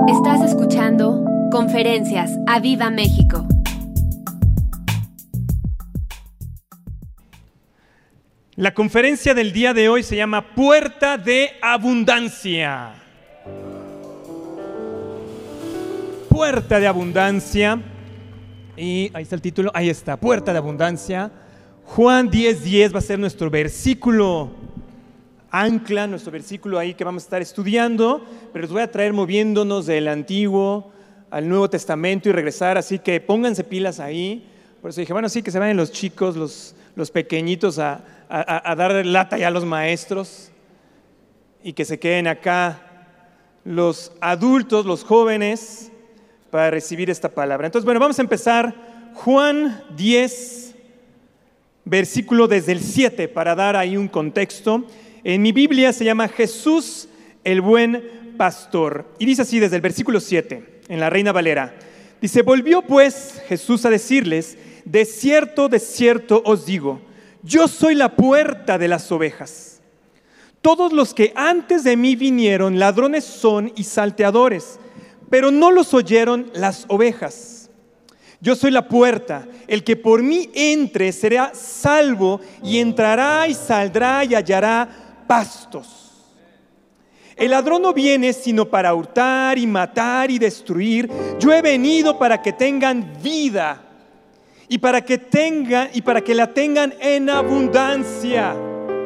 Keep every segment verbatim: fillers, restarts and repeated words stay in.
Estás escuchando Conferencias a Viva México. La conferencia del día de hoy se llama Puerta de Abundancia. Puerta de Abundancia. Y ahí está el título, ahí está, Puerta de Abundancia. Juan diez diez va a ser nuestro versículo ancla, nuestro versículo ahí que vamos a estar estudiando, pero los voy a traer moviéndonos del Antiguo al Nuevo Testamento y regresar, así que pónganse pilas ahí. Por eso dije, bueno, sí, que se vayan los chicos, los, los pequeñitos a, a, a dar lata ya a los maestros y que se queden acá los adultos, los jóvenes, para recibir esta palabra. Entonces, bueno, vamos a empezar Juan diez, versículo desde el siete, para dar ahí un contexto. En mi Biblia se llama Jesús el buen pastor. Y dice así desde el versículo siete, en la Reina Valera. Dice, volvió pues Jesús a decirles, de cierto, de cierto os digo, yo soy la puerta de las ovejas. Todos los que antes de mí vinieron, ladrones son y salteadores, pero no los oyeron las ovejas. Yo soy la puerta, el que por mí entre será salvo y entrará y saldrá y hallará pastos. El ladrón no viene sino para hurtar y matar y destruir. Yo he venido para que tengan vida y para que tengan y para que la tengan en abundancia.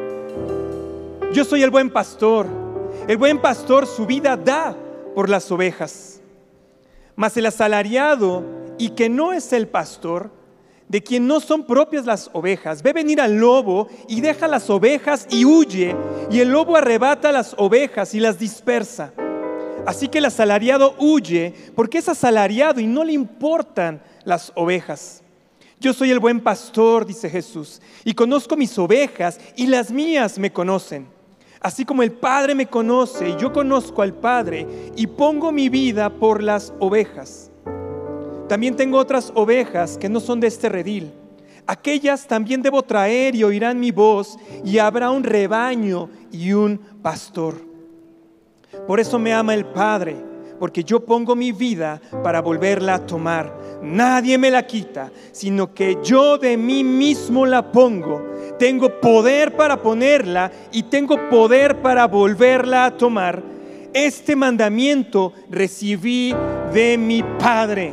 Yo soy el buen pastor. El buen pastor su vida da por las ovejas. Mas el asalariado y que no es el pastor, de quien no son propias las ovejas, ve venir al lobo y deja las ovejas y huye, y el lobo arrebata las ovejas y las dispersa. Así que el asalariado huye porque es asalariado y no le importan las ovejas. Yo soy el buen pastor, dice Jesús, y conozco mis ovejas y las mías me conocen. Así como el Padre me conoce y yo conozco al Padre y pongo mi vida por las ovejas. También tengo otras ovejas que no son de este redil. Aquellas también debo traer y oirán mi voz, y habrá un rebaño y un pastor. Por eso me ama el Padre, porque yo pongo mi vida para volverla a tomar. Nadie me la quita, sino que yo de mí mismo la pongo. Tengo poder para ponerla y tengo poder para volverla a tomar. Este mandamiento recibí de mi Padre.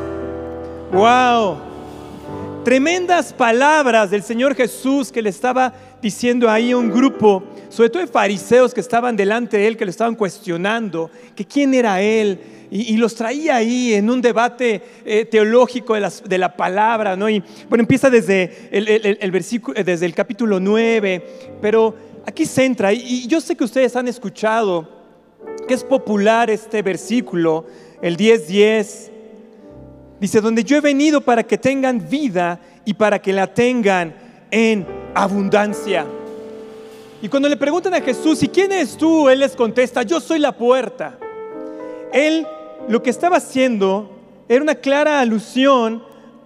¡Wow! Tremendas palabras del Señor Jesús que le estaba diciendo ahí a un grupo, sobre todo de fariseos que estaban delante de él, que le estaban cuestionando, que quién era él, y, y los traía ahí en un debate eh, teológico de, las, de la palabra, ¿no? Y bueno, empieza desde el, el, el versículo, desde el capítulo nueve, pero aquí se entra, y, y yo sé que ustedes han escuchado que es popular este versículo, el diez diez. Dice, donde yo he venido para que tengan vida y para que la tengan en abundancia. Y cuando le preguntan a Jesús, ¿y quién eres tú? Él les contesta, yo soy la puerta. Él lo que estaba haciendo era una clara alusión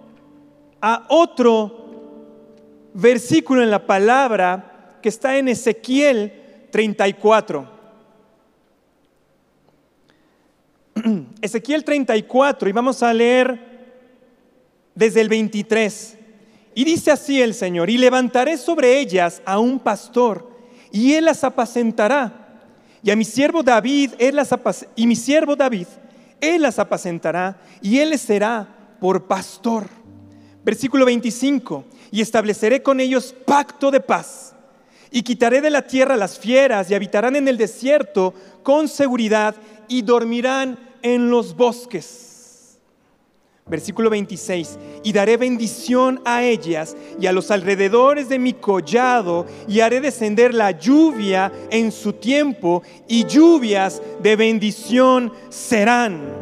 a otro versículo en la palabra que está en Ezequiel treinta y cuatro. Ezequiel treinta y cuatro, y vamos a leer desde el veintitrés. Y dice así el Señor, y levantaré sobre ellas a un pastor, y él las apacentará. Y a mi siervo David, él las apac- y mi siervo David, él las apacentará, y él les será por pastor. Versículo veinticinco, y estableceré con ellos pacto de paz, y quitaré de la tierra las fieras, y habitarán en el desierto con seguridad, y dormirán en los bosques. Versículo veintiséis, y daré bendición a ellas y a los alrededores de mi collado, y haré descender la lluvia en su tiempo, y lluvias de bendición serán.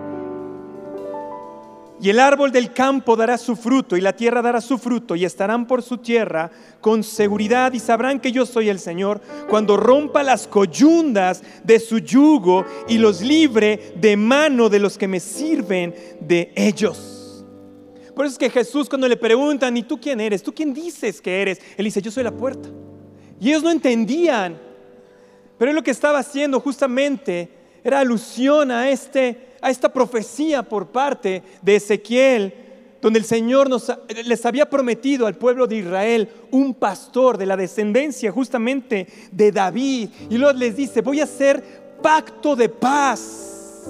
Y el árbol del campo dará su fruto, y la tierra dará su fruto, y estarán por su tierra con seguridad, y sabrán que yo soy el Señor, cuando rompa las coyundas de su yugo, y los libre de mano de los que me sirven de ellos. Por eso es que Jesús, cuando le preguntan, ¿y tú quién eres? ¿Tú quién dices que eres? Él dice, yo soy la puerta. Y ellos no entendían, pero él lo que estaba haciendo justamente era alusión a, este, a esta profecía por parte de Ezequiel, donde el Señor nos, les había prometido al pueblo de Israel un pastor de la descendencia justamente de David. Y luego les dice: voy a hacer pacto de paz.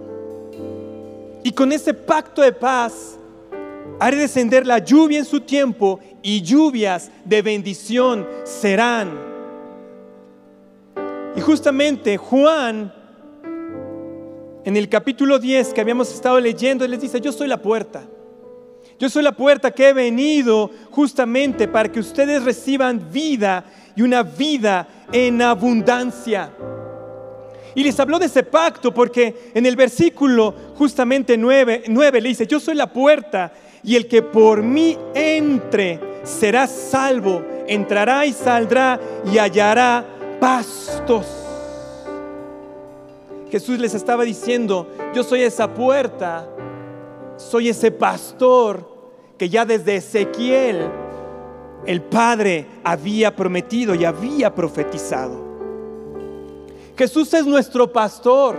Y con ese pacto de paz haré descender la lluvia en su tiempo, y lluvias de bendición serán. Y justamente Juan, en el capítulo diez que habíamos estado leyendo, les dice: yo soy la puerta. Yo soy la puerta que he venido justamente para que ustedes reciban vida, y una vida en abundancia. Y les habló de ese pacto porque en el versículo justamente nueve, nueve le dice: yo soy la puerta, y el que por mí entre será salvo, entrará y saldrá y hallará pastos. Jesús les estaba diciendo: yo soy esa puerta, soy ese pastor que ya desde Ezequiel el Padre había prometido y había profetizado. Jesús es nuestro pastor.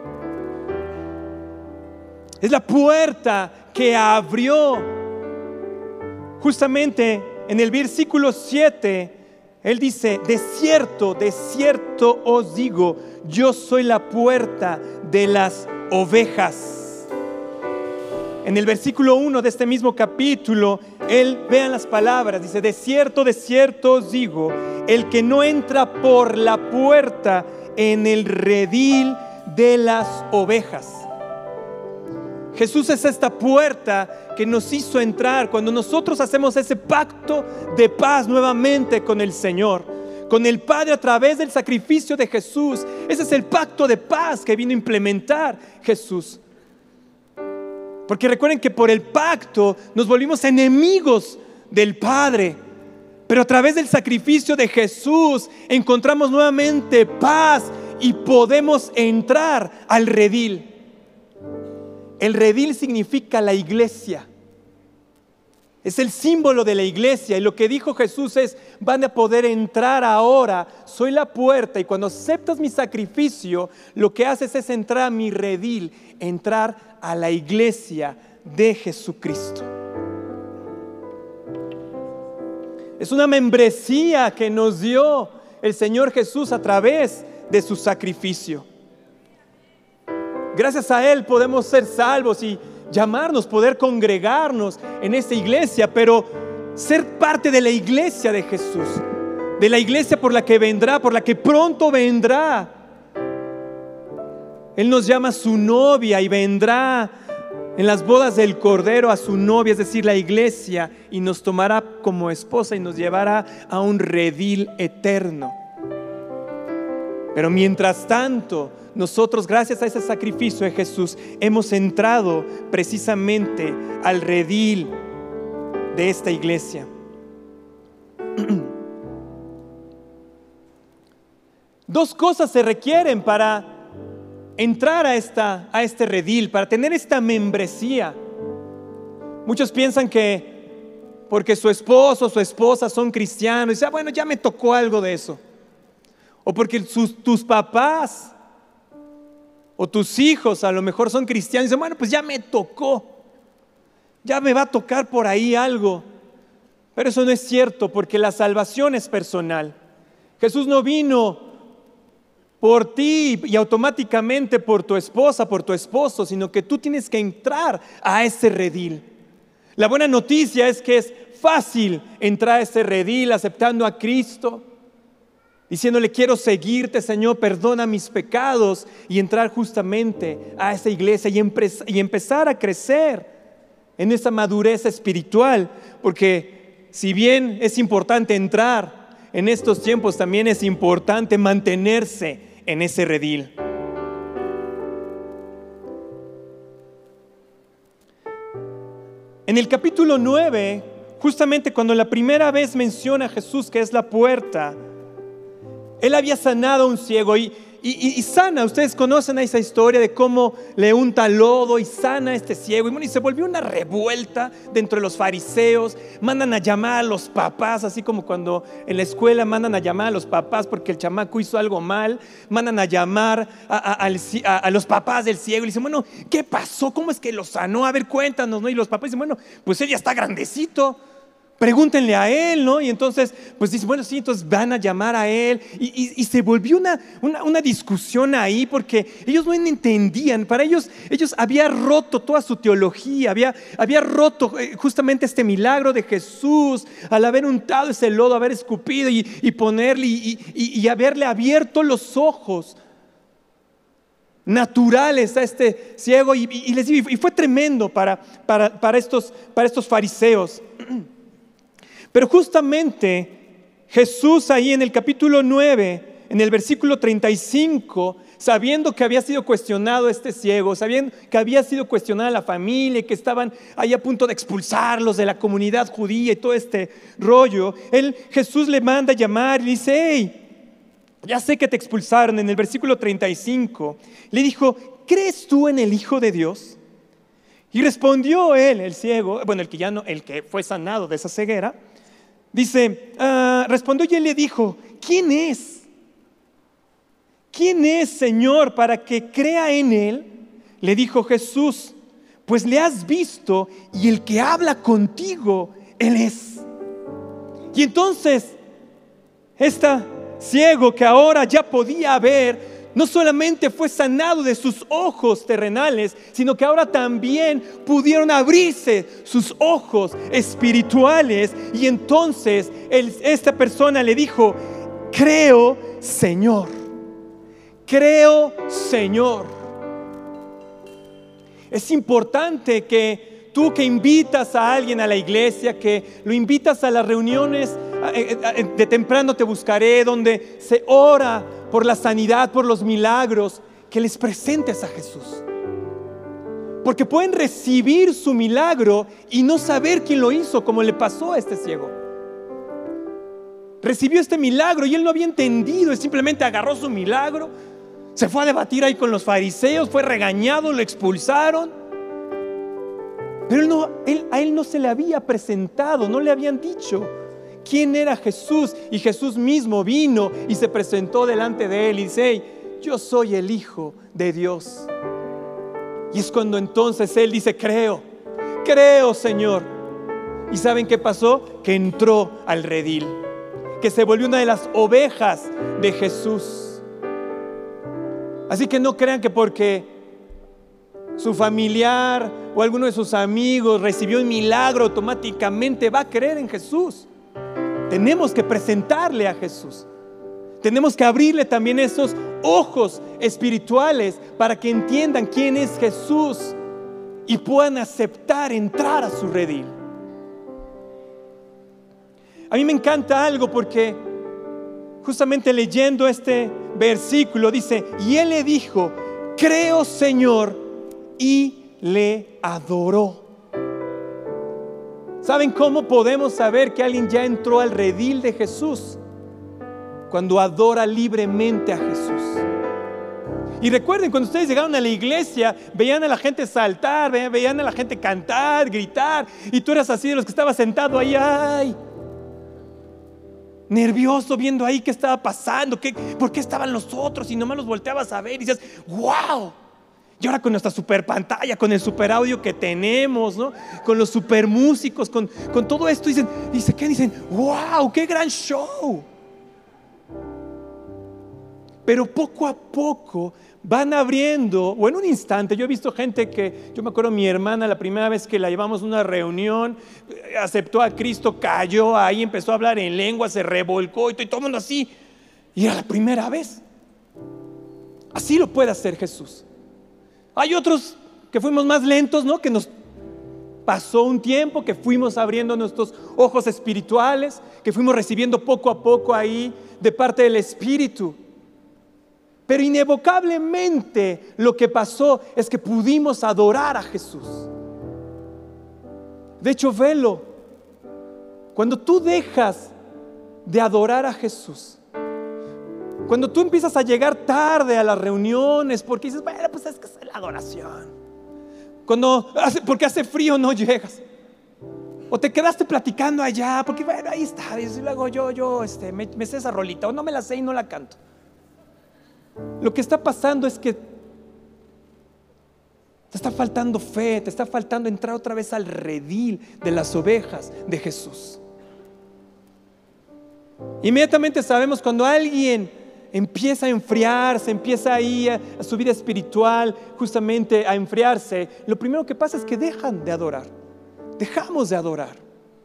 Es la puerta que abrió. Justamente en el versículo siete, Él dice: de cierto, de cierto os digo, yo soy la puerta de las ovejas. En el versículo uno de este mismo capítulo, Él, vean las palabras, dice: de cierto, de cierto os digo, el que no entra por la puerta en el redil de las ovejas. Jesús es esta puerta que nos hizo entrar cuando nosotros hacemos ese pacto de paz nuevamente con el Señor, con el Padre, a través del sacrificio de Jesús. Ese es el pacto de paz que vino a implementar Jesús. Porque recuerden que por el pacto nos volvimos enemigos del Padre, pero a través del sacrificio de Jesús encontramos nuevamente paz y podemos entrar al redil. El redil significa la iglesia. Es el símbolo de la iglesia. Y lo que dijo Jesús es: van a poder entrar ahora. Soy la puerta, y cuando aceptas mi sacrificio, lo que haces es entrar a mi redil, entrar a la iglesia de Jesucristo. Es una membresía que nos dio el Señor Jesús a través de su sacrificio. Gracias a Él podemos ser salvos y llamarnos, poder congregarnos en esta iglesia, pero ser parte de la iglesia de Jesús, de la iglesia por la que vendrá, por la que pronto vendrá. Él nos llama a su novia y vendrá en las bodas del Cordero a su novia, es decir, la iglesia, y nos tomará como esposa y nos llevará a un redil eterno. Pero mientras tanto, nosotros, gracias a ese sacrificio de Jesús, hemos entrado precisamente al redil de esta iglesia. Dos cosas se requieren para entrar a, esta, a este redil, para tener esta membresía. Muchos piensan que porque su esposo o su esposa son cristianos, y dicen: ah, bueno, ya me tocó algo de eso. O porque sus, tus papás o tus hijos a lo mejor son cristianos, y dicen: bueno, pues ya me tocó, ya me va a tocar por ahí algo. Pero eso no es cierto, porque la salvación es personal. Jesús no vino por ti y automáticamente por tu esposa, por tu esposo, sino que tú tienes que entrar a ese redil. La buena noticia es que es fácil entrar a ese redil aceptando a Cristo, diciéndole: quiero seguirte, Señor, perdona mis pecados, y entrar justamente a esa iglesia y, empe- y empezar a crecer en esa madurez espiritual. Porque si bien es importante entrar en estos tiempos, también es importante mantenerse en ese redil. En el capítulo nueve, justamente cuando la primera vez menciona a Jesús que es la puerta, Él había sanado a un ciego, y, y, y, y sana. Ustedes conocen esa historia de cómo le unta lodo y sana a este ciego. Y, bueno, y se volvió una revuelta dentro de los fariseos. Mandan a llamar a los papás, así como cuando en la escuela mandan a llamar a los papás porque el chamaco hizo algo mal. Mandan a llamar a, a, a, a los papás del ciego y le dicen, bueno, ¿qué pasó? ¿Cómo es que lo sanó? A ver, cuéntanos, ¿no? Y los papás dicen, bueno, pues él ya está grandecito, pregúntenle a él, ¿no? Y entonces, pues dice, bueno, sí, entonces van a llamar a él. Y, y, y se volvió una, una, una discusión ahí porque ellos no entendían. Para ellos, ellos había roto toda su teología, había, había roto justamente este milagro de Jesús al haber untado ese lodo, haber escupido y, y ponerle y, y, y haberle abierto los ojos naturales a este ciego. Y, y, les digo, y fue tremendo para, para, para, estos, para estos fariseos. Pero justamente Jesús ahí en el capítulo nueve, en el versículo treinta y cinco, sabiendo que había sido cuestionado este ciego, sabiendo que había sido cuestionada la familia, que estaban ahí a punto de expulsarlos de la comunidad judía y todo este rollo, él, Jesús le manda a llamar y le dice, hey, ya sé que te expulsaron. En el versículo treinta y cinco le dijo, ¿crees tú en el Hijo de Dios? Y respondió él, el ciego, bueno, el que ya no, el que fue sanado de esa ceguera. Dice, uh, respondió y él le dijo, ¿quién es? ¿Quién es, Señor, para que crea en él? Le dijo Jesús, pues le has visto y el que habla contigo, él es. Y entonces, este ciego que ahora ya podía ver, no solamente fue sanado de sus ojos terrenales, sino que ahora también pudieron abrirse sus ojos espirituales. Y entonces él, esta persona le dijo, creo, Señor, creo, Señor. Es importante que tú que invitas a alguien a la iglesia, que lo invitas a las reuniones de temprano te buscaré, donde se ora por la sanidad, por los milagros, que les presentes a Jesús. Porque pueden recibir su milagro y no saber quién lo hizo, como le pasó a este ciego. Recibió este milagro y él no había entendido, y simplemente agarró su milagro, se fue a debatir ahí con los fariseos, fue regañado, lo expulsaron. Pero él no, él, a él no se le había presentado, no le habían dicho quién era Jesús. Y Jesús mismo vino y se presentó delante de él y dice, hey, yo soy el Hijo de Dios. Y es cuando entonces él dice, creo, creo, Señor. ¿Y saben qué pasó? Que entró al redil, que se volvió una de las ovejas de Jesús. Así que no crean que porque su familiar o alguno de sus amigos recibió un milagro, automáticamente va a creer en Jesús. Tenemos que presentarle a Jesús. Tenemos que abrirle también esos ojos espirituales para que entiendan quién es Jesús y puedan aceptar entrar a su redil. A mí me encanta algo porque justamente leyendo este versículo dice, y él le dijo, creo, Señor, y le adoró. ¿Saben cómo podemos saber que alguien ya entró al redil de Jesús? Cuando adora libremente a Jesús. Y recuerden, cuando ustedes llegaron a la iglesia, veían a la gente saltar, veían a la gente cantar, gritar, y tú eras así de los que estaba sentado ahí, ay, nervioso, viendo ahí qué estaba pasando, qué, por qué estaban los otros, y nomás los volteabas a ver y dices, wow. Y ahora con nuestra super pantalla, con el super audio que tenemos, ¿no? Con los super músicos, con, con todo esto, dicen, dice, ¿qué? Dicen, wow, qué gran show. Pero poco a poco van abriendo, o en un instante, yo he visto gente que, yo me acuerdo mi hermana, la primera vez que la llevamos a una reunión, aceptó a Cristo, cayó ahí, empezó a hablar en lengua, se revolcó y todo el mundo así, y era la primera vez. Así lo puede hacer Jesús. Hay otros que fuimos más lentos, ¿no? Que nos pasó un tiempo, que fuimos abriendo nuestros ojos espirituales, que fuimos recibiendo poco a poco ahí de parte del Espíritu. Pero inevocablemente lo que pasó es que pudimos adorar a Jesús. De hecho, velo, cuando tú dejas de adorar a Jesús, Cuando tú empiezas a llegar tarde a las reuniones porque dices, bueno, pues es que es la adoración. Cuando hace, porque hace frío no llegas. O te quedaste platicando allá porque bueno, ahí está. Y luego yo, yo este, me, me sé esa rolita. O no me la sé y no la canto. Lo que está pasando es que te está faltando fe, te está faltando entrar otra vez al redil de las ovejas de Jesús. Inmediatamente sabemos cuando alguien empieza a enfriarse, empieza ahí a, a su vida espiritual, justamente a enfriarse, lo primero que pasa es que dejan de adorar. Dejamos de adorar.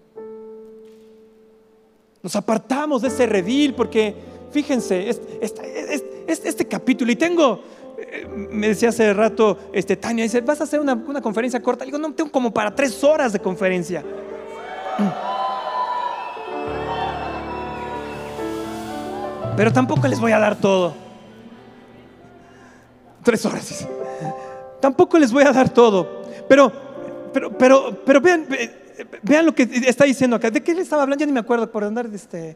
Nos apartamos de ese redil porque, fíjense, este, este, este, este capítulo, y tengo, me decía hace rato este, Tania, dice, ¿vas a hacer una, una conferencia corta? Le digo, no, tengo como para tres horas de conferencia. Pero tampoco les voy a dar todo. Tres horas. Tampoco les voy a dar todo. Pero, pero, pero, pero vean, vean lo que está diciendo acá. ¿De qué le estaba hablando? Ya ni me acuerdo por andar de este.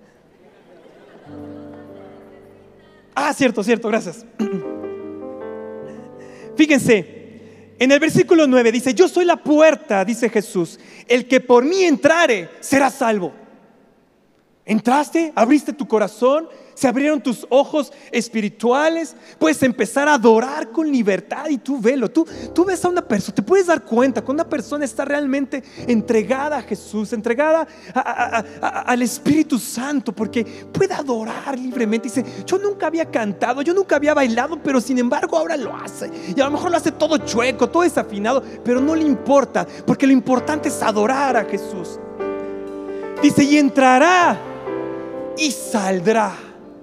Ah, cierto, cierto, gracias. Fíjense, en el versículo nueve dice: yo soy la puerta, dice Jesús. El que por mí entrare será salvo. ¿Entraste? ¿Abriste tu corazón? ¿Se abrieron tus ojos espirituales? Puedes empezar a adorar con libertad y tú velo. Tú, tú ves a una persona, te puedes dar cuenta cuando una persona está realmente entregada a Jesús, entregada a, a, a, a, al Espíritu Santo, porque puede adorar libremente. Dice, yo nunca había cantado, yo nunca había bailado, pero sin embargo ahora lo hace. Y a lo mejor lo hace todo chueco, todo desafinado, pero no le importa, porque lo importante es adorar a Jesús. Dice, y entrará y saldrá.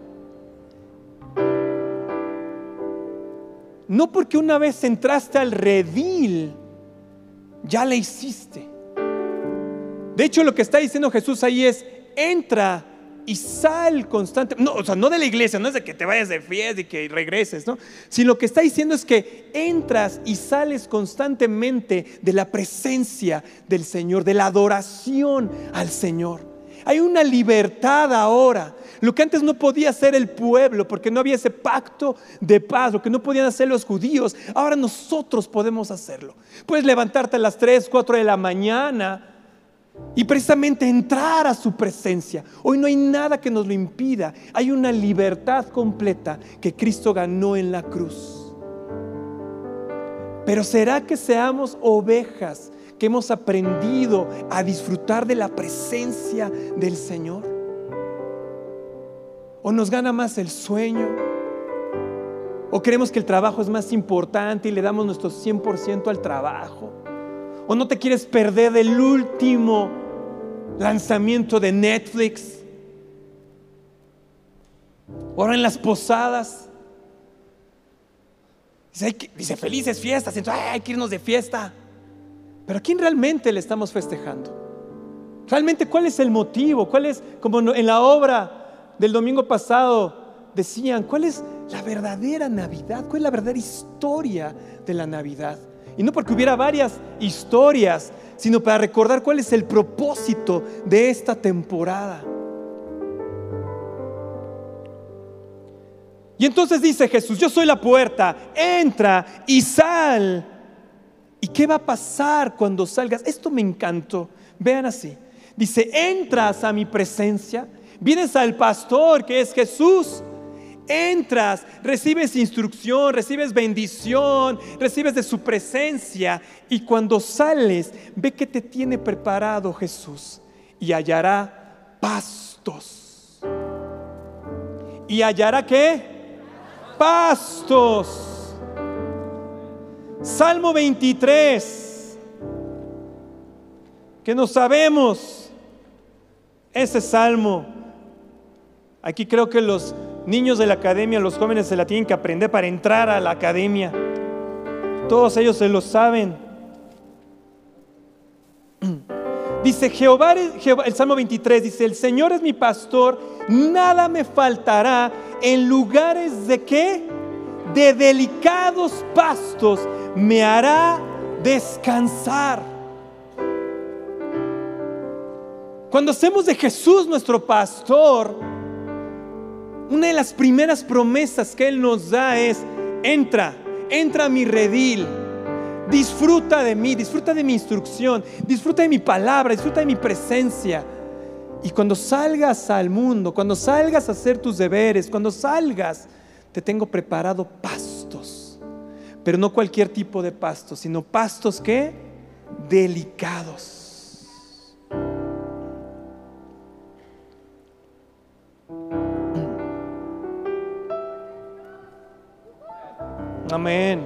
No porque una vez entraste al redil, ya le hiciste. De hecho, lo que está diciendo Jesús ahí es: entra y sal constante. No, o sea, no de la iglesia, no es de que te vayas de fiesta y que regreses, ¿no? Sino lo que está diciendo es que entras y sales constantemente de la presencia del Señor, de la adoración al Señor. Hay una libertad ahora. Lo que antes no podía hacer el pueblo porque no había ese pacto de paz, lo que no podían hacer los judíos, ahora nosotros podemos hacerlo. Puedes levantarte a las tres, cuatro de la mañana y precisamente entrar a su presencia. Hoy no hay nada que nos lo impida. Hay una libertad completa que Cristo ganó en la cruz. Pero ¿será que seamos ovejas que hemos aprendido a disfrutar de la presencia del Señor? ¿O nos gana más el sueño? ¿O creemos que el trabajo es más importante y le damos nuestro cien por ciento al trabajo? ¿O no te quieres perder del último lanzamiento de Netflix? Ahora en las posadas dice, hay que, dice felices fiestas, entonces ay, hay que irnos de fiesta. Pero ¿a quién realmente le estamos festejando? ¿Realmente cuál es el motivo? ¿Cuál es, como en la obra del domingo pasado decían, cuál es la verdadera Navidad? ¿Cuál es la verdadera historia de la Navidad? Y no porque hubiera varias historias, sino para recordar cuál es el propósito de esta temporada. Y entonces dice Jesús, yo soy la puerta, entra y sal. ¿Y qué va a pasar cuando salgas? Esto me encantó. Vean así. Dice, entras a mi presencia, vienes al pastor que es Jesús, entras, recibes instrucción, recibes bendición, recibes de su presencia, y cuando sales, ve que te tiene preparado Jesús y hallará pastos. ¿Y hallará qué? Pastos. Salmo veintitrés, que no sabemos ese salmo. Aquí creo que los niños de la academia, los jóvenes se la tienen que aprender para entrar a la academia. Todos ellos se lo saben. Dice Jehová, Jehová, el Salmo veintitrés dice, el Señor es mi pastor, nada me faltará. En lugares de ¿qué? De delicados pastos me hará descansar. Cuando hacemos de Jesús nuestro pastor, una de las primeras promesas que Él nos da es: entra, entra a mi redil, disfruta de mí, disfruta de mi instrucción, disfruta de mi palabra, disfruta de mi presencia. Y cuando salgas al mundo, cuando salgas a hacer tus deberes, cuando salgas, te tengo preparado pastos, pero no cualquier tipo de pastos, sino pastos ¿qué? Delicados. Amén.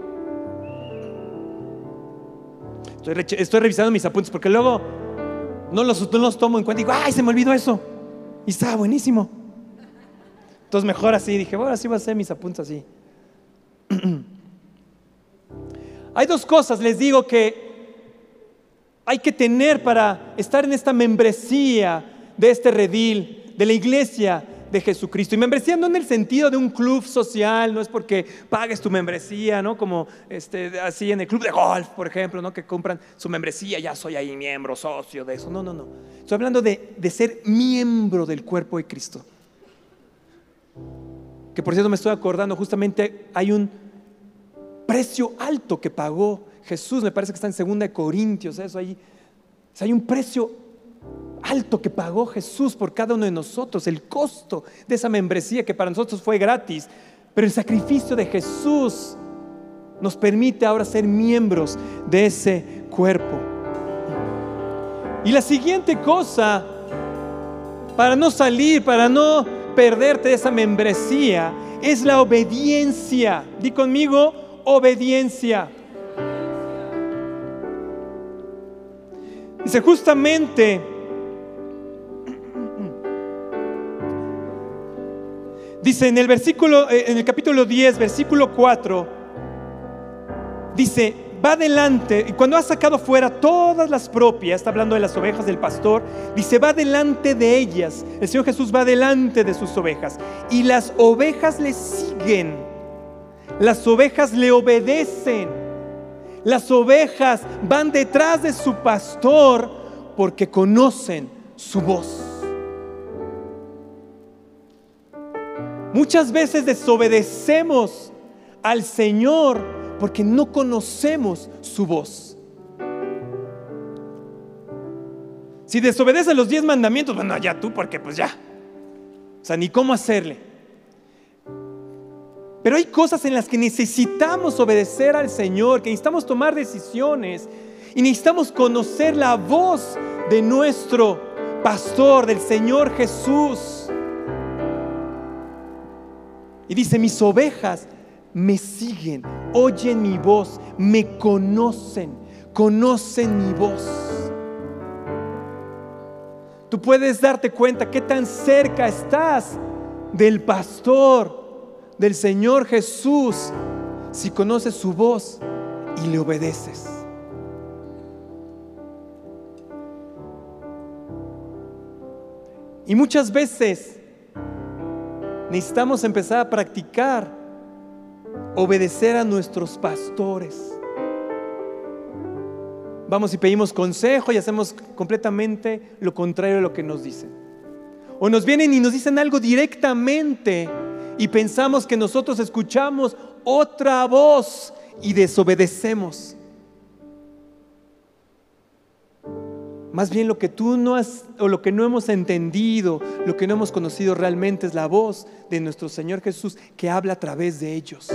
Estoy, re- estoy revisando mis apuntes porque luego no los, no los tomo en cuenta y digo: ¡ay, se me olvidó eso! Y estaba buenísimo. Entonces mejor así, dije: bueno, así voy a hacer mis apuntes así. Hay dos cosas, les digo, que hay que tener para estar en esta membresía de este redil, de la iglesia de Jesucristo. Y membresía no en el sentido de un club social, no es porque pagues tu membresía, ¿no? Como este, así en el club de golf, por ejemplo, ¿no? Que compran su membresía, ya soy ahí miembro, socio de eso. No, no, no. Estoy hablando de, de ser miembro del cuerpo de Cristo. Que por cierto me estoy acordando, justamente hay un precio alto que pagó Jesús, me parece que está en segunda de Corintios, eso ahí. O sea, hay un precio alto que pagó Jesús por cada uno de nosotros, el costo de esa membresía que para nosotros fue gratis, pero el sacrificio de Jesús nos permite ahora ser miembros de ese cuerpo. Y la siguiente cosa, para no salir, para no perderte de esa membresía, es la obediencia. Di conmigo: obediencia. Dice justamente, dice en el versículo, en el capítulo diez, versículo cuatro, dice: va adelante, y cuando ha sacado fuera todas las propias, está hablando de las ovejas del pastor, dice: va delante de ellas. El Señor Jesús va delante de sus ovejas, y las ovejas le siguen, las ovejas le obedecen. Las ovejas van detrás de su pastor porque conocen su voz. Muchas veces desobedecemos al Señor porque no conocemos su voz. Si desobedeces los diez mandamientos, bueno, ya tú, porque pues ya, o sea, ni cómo hacerle. Pero hay cosas en las que necesitamos obedecer al Señor, que necesitamos tomar decisiones y necesitamos conocer la voz de nuestro pastor, del Señor Jesús. Y dice: mis ovejas me siguen, oyen mi voz, me conocen, conocen mi voz. Tú puedes darte cuenta qué tan cerca estás del pastor, del Señor Jesús, si conoces su voz y le obedeces. Y muchas veces necesitamos empezar a practicar obedecer a nuestros pastores. Vamos y pedimos consejo y hacemos completamente lo contrario de lo que nos dicen. O nos vienen y nos dicen algo directamente y pensamos que nosotros escuchamos otra voz y desobedecemos. Más bien lo que tú no has, o lo que no hemos entendido, lo que no hemos conocido realmente es la voz de nuestro Señor Jesús que habla a través de ellos.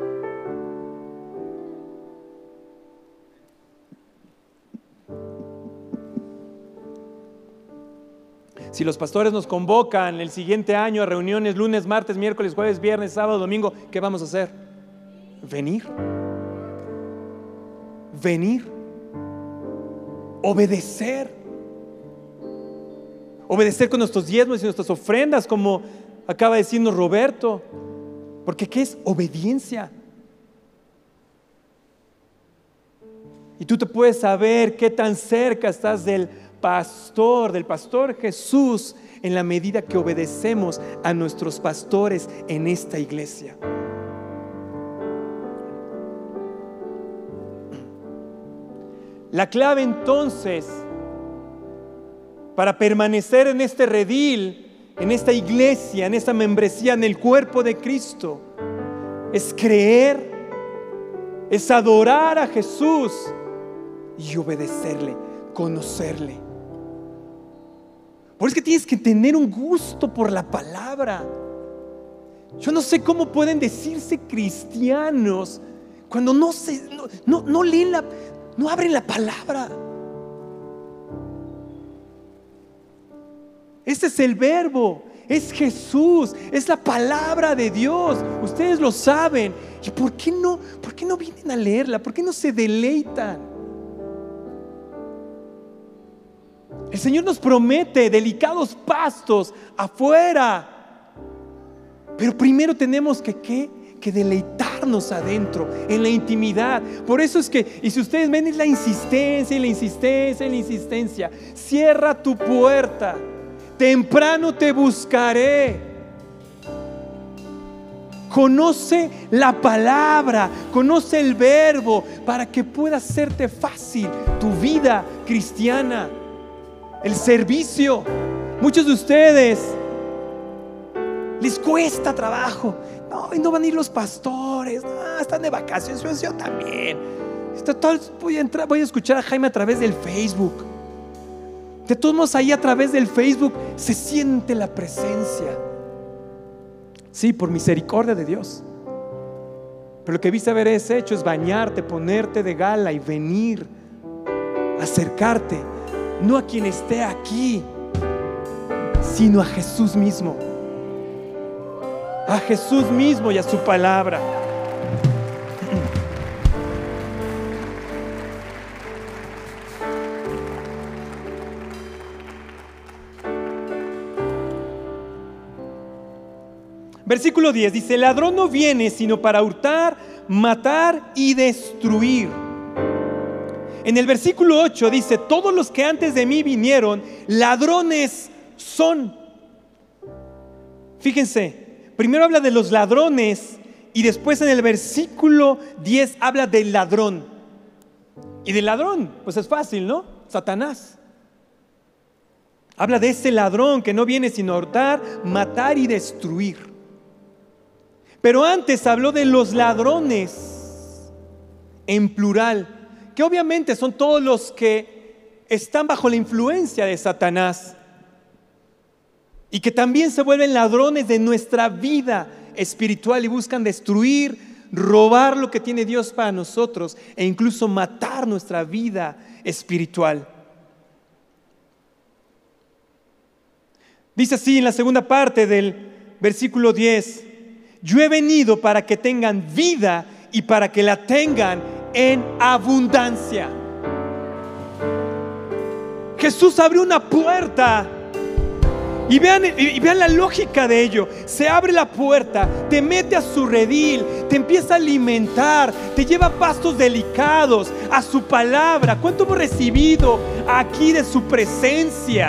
Si los pastores nos convocan el siguiente año a reuniones lunes, martes, miércoles, jueves, viernes, sábado, domingo, ¿qué vamos a hacer? Venir. Venir. Obedecer. Obedecer con nuestros diezmos y nuestras ofrendas, como acaba de decirnos Roberto. Porque ¿qué es obediencia? Y tú te puedes saber qué tan cerca estás del pastor, del pastor Jesús, en la medida que obedecemos a nuestros pastores en esta iglesia. La clave entonces para permanecer en este redil en esta iglesia, en esta membresía, en el cuerpo de Cristo, es creer, es adorar a Jesús y obedecerle, conocerle. Por eso es que tienes que tener un gusto por la palabra. Yo no sé cómo pueden decirse cristianos cuando no, se, no, no, no leen la, no abren la palabra. Este es el verbo, es Jesús, es la palabra de Dios. Ustedes lo saben. ¿Y por qué no, por qué no vienen a leerla? ¿Por qué no se deleitan? El Señor nos promete delicados pastos afuera. Pero primero tenemos que, ¿qué? que deleitarnos adentro, en la intimidad. Por eso es que, y si ustedes ven, es la insistencia y la insistencia y la insistencia. Cierra tu puerta. Temprano te buscaré. Conoce la palabra, conoce el verbo, para que pueda hacerte fácil tu vida cristiana. El servicio. Muchos de ustedes les cuesta trabajo. No, y no van a ir los pastores. No, están de vacaciones. Yo, yo también. Voy a entrar, voy a escuchar a Jaime a través del Facebook. De todos modos, ahí a través del Facebook se siente la presencia. Sí, por misericordia de Dios. Pero lo que viste haber hecho es bañarte, ponerte de gala y venir, acercarte, no a quien esté aquí, sino a Jesús mismo. A Jesús mismo y a su palabra. Versículo diez dice: el ladrón no viene sino para hurtar, matar y destruir. En el versículo ocho dice: todos los que antes de mí vinieron, ladrones son. Fíjense, primero habla de los ladrones y después en el versículo diez habla del ladrón. Y del ladrón, pues es fácil, ¿no? Satanás. Habla de ese ladrón que no viene sino a hurtar, matar y destruir. Pero antes habló de los ladrones en plural, que obviamente son todos los que están bajo la influencia de Satanás y que también se vuelven ladrones de nuestra vida espiritual y buscan destruir, robar lo que tiene Dios para nosotros e incluso matar nuestra vida espiritual. Dice así en la segunda parte del versículo diez: yo he venido para que tengan vida y para que la tengan en abundancia. Jesús abrió una puerta. Y vean, y vean la lógica de ello. Se abre la puerta, te mete a su redil, te empieza a alimentar, te lleva a pastos delicados, a su palabra. ¿Cuánto hemos recibido aquí de su presencia?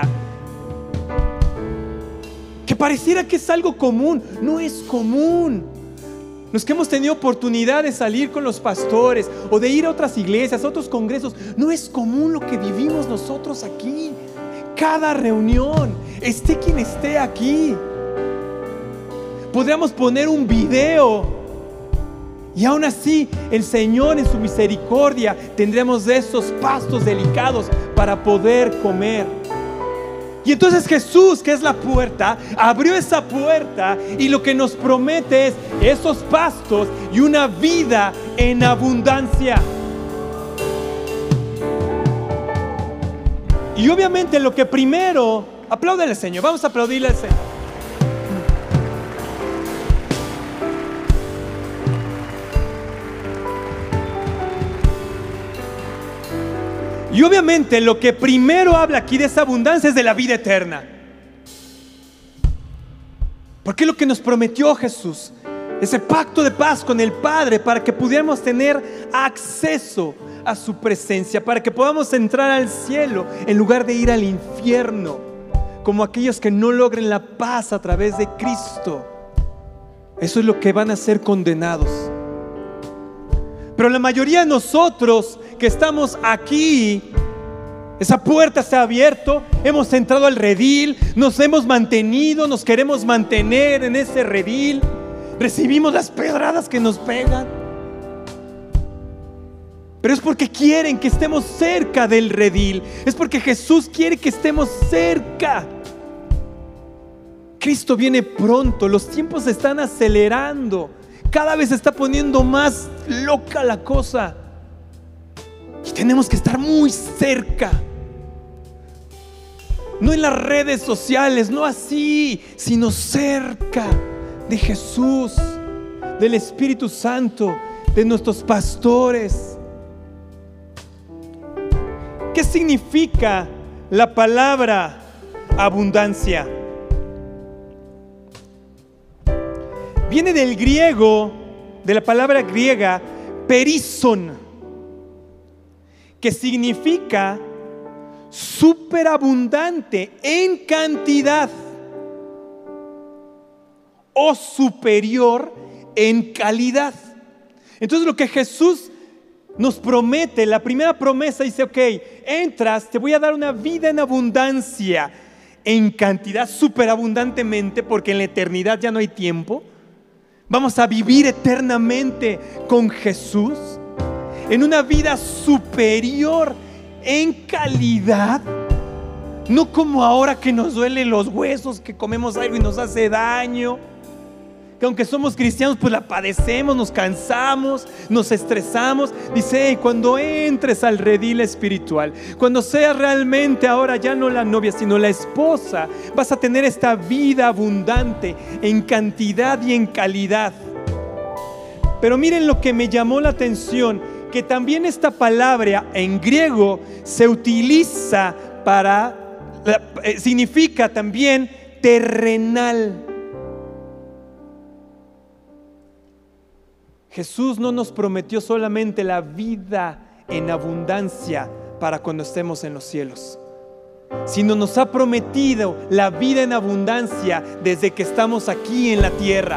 Que pareciera que es algo común. No es común. Los que hemos tenido oportunidad de salir con los pastores o de ir a otras iglesias, a otros congresos, no es común lo que vivimos nosotros aquí. Cada reunión, esté quien esté aquí, podríamos poner un video y aún así el Señor en su misericordia tendremos de esos pastos delicados para poder comer. Y entonces Jesús, que es la puerta, abrió esa puerta y lo que nos promete es esos pastos y una vida en abundancia. Y obviamente lo que primero, apláudele al Señor, vamos a aplaudirle al Señor. Y obviamente lo que primero habla aquí de esa abundancia es de la vida eterna. Porque es lo que nos prometió Jesús, ese pacto de paz con el Padre, para que pudiéramos tener acceso a su presencia, para que podamos entrar al cielo en lugar de ir al infierno, como aquellos que no logren la paz a través de Cristo. Eso es lo que van a ser condenados. Pero la mayoría de nosotros que estamos aquí Esa puerta se ha abierto, hemos entrado al redil, nos hemos mantenido, nos queremos mantener en ese redil, recibimos las pedradas que nos pegan, pero es porque quieren que estemos cerca del redil, es porque Jesús quiere que estemos cerca. Cristo viene pronto, los tiempos se están acelerando, cada vez se está poniendo más loca la cosa y tenemos que estar muy cerca. No en las redes sociales, no así, sino cerca de Jesús, del Espíritu Santo, de nuestros pastores. ¿Qué significa la palabra abundancia? Viene del griego, de la palabra griega perison, que significa superabundante en cantidad o superior en calidad. Entonces lo que Jesús nos promete, la primera promesa dice: ok, entras, te voy a dar una vida en abundancia, en cantidad, superabundantemente, porque en la eternidad ya no hay tiempo. Vamos a vivir eternamente con Jesús en una vida superior en calidad, no como ahora que nos duelen los huesos, que comemos algo y nos hace daño, que aunque somos cristianos pues la padecemos, nos cansamos, nos estresamos. Dice: hey, cuando entres al redil espiritual, cuando seas realmente ahora ya no la novia sino la esposa, vas a tener esta vida abundante en cantidad y en calidad. Pero miren lo que me llamó la atención, que también esta palabra en griego se utiliza para, eh, significa también terrenal. Jesús no nos prometió solamente la vida en abundancia para cuando estemos en los cielos, sino nos ha prometido la vida en abundancia desde que estamos aquí en la tierra.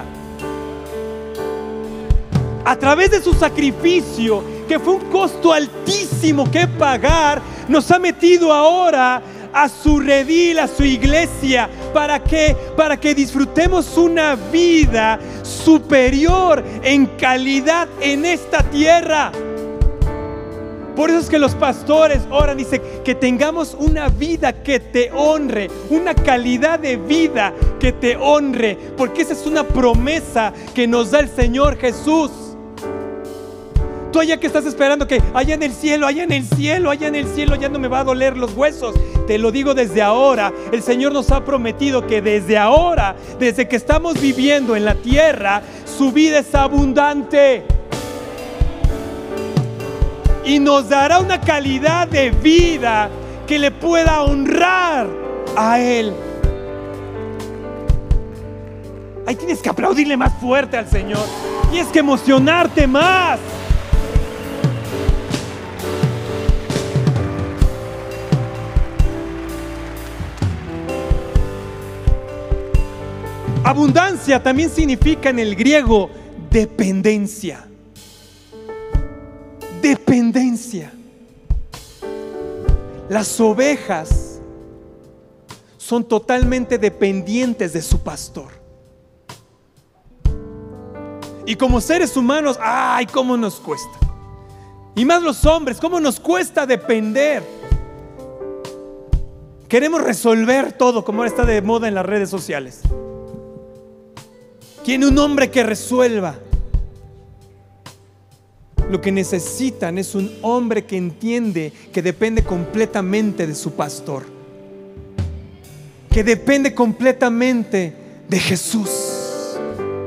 A través de su sacrificio, que fue un costo altísimo que pagar, nos ha metido ahora a su redil, a su iglesia. ¿Para qué? Para que disfrutemos una vida superior en calidad en esta tierra. Por eso es que los pastores oran, dice que tengamos una vida que te honre, una calidad de vida que te honre, porque esa es una promesa que nos da el Señor Jesús. Tú allá que estás esperando que allá en el cielo, allá en el cielo, allá en el cielo ya no me va a doler los huesos. Te lo digo desde ahora, el Señor nos ha prometido que desde ahora, desde que estamos viviendo en la tierra, su vida es abundante. Y nos dará una calidad de vida que le pueda honrar a Él. Ahí tienes que aplaudirle más fuerte al Señor. Tienes que emocionarte más. Abundancia también significa en el griego dependencia. Dependencia. Las ovejas son totalmente dependientes de su pastor. Y como seres humanos, ¡ay, cómo nos cuesta! Y más los hombres, ¿cómo nos cuesta depender? Queremos resolver todo, como ahora está de moda en las redes sociales. Quiere un hombre que resuelva. Lo que necesitan es un hombre que entiende que depende completamente de su pastor, que depende completamente de Jesús.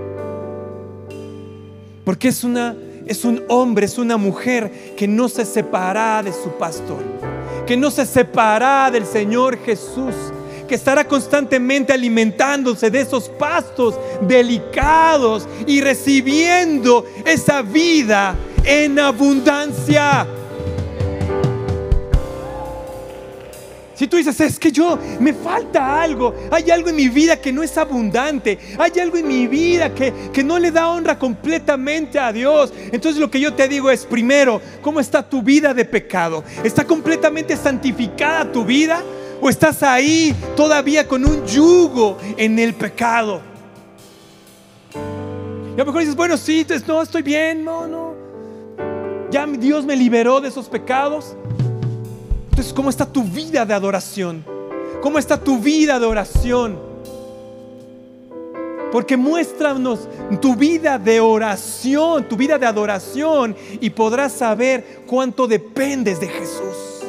Porque es una, es un hombre, es una mujer que no se separa de su pastor, que no se separa del Señor Jesús, que estará constantemente alimentándose de esos pastos delicados y recibiendo esa vida en abundancia. Si tú dices, es que yo me falta algo, hay algo en mi vida que no es abundante, hay algo en mi vida que, que no le da honra completamente a Dios, entonces lo que yo te digo es, primero, ¿cómo está tu vida de pecado? ¿Está completamente santificada tu vida? ¿O estás ahí todavía con un yugo en el pecado? Y a lo mejor dices, bueno, sí, entonces, no, estoy bien, no, no, ya Dios me liberó de esos pecados. Entonces, ¿cómo está tu vida de adoración? ¿Cómo está tu vida de oración? Porque muéstranos tu vida de oración, tu vida de adoración, y podrás saber cuánto dependes de Jesús.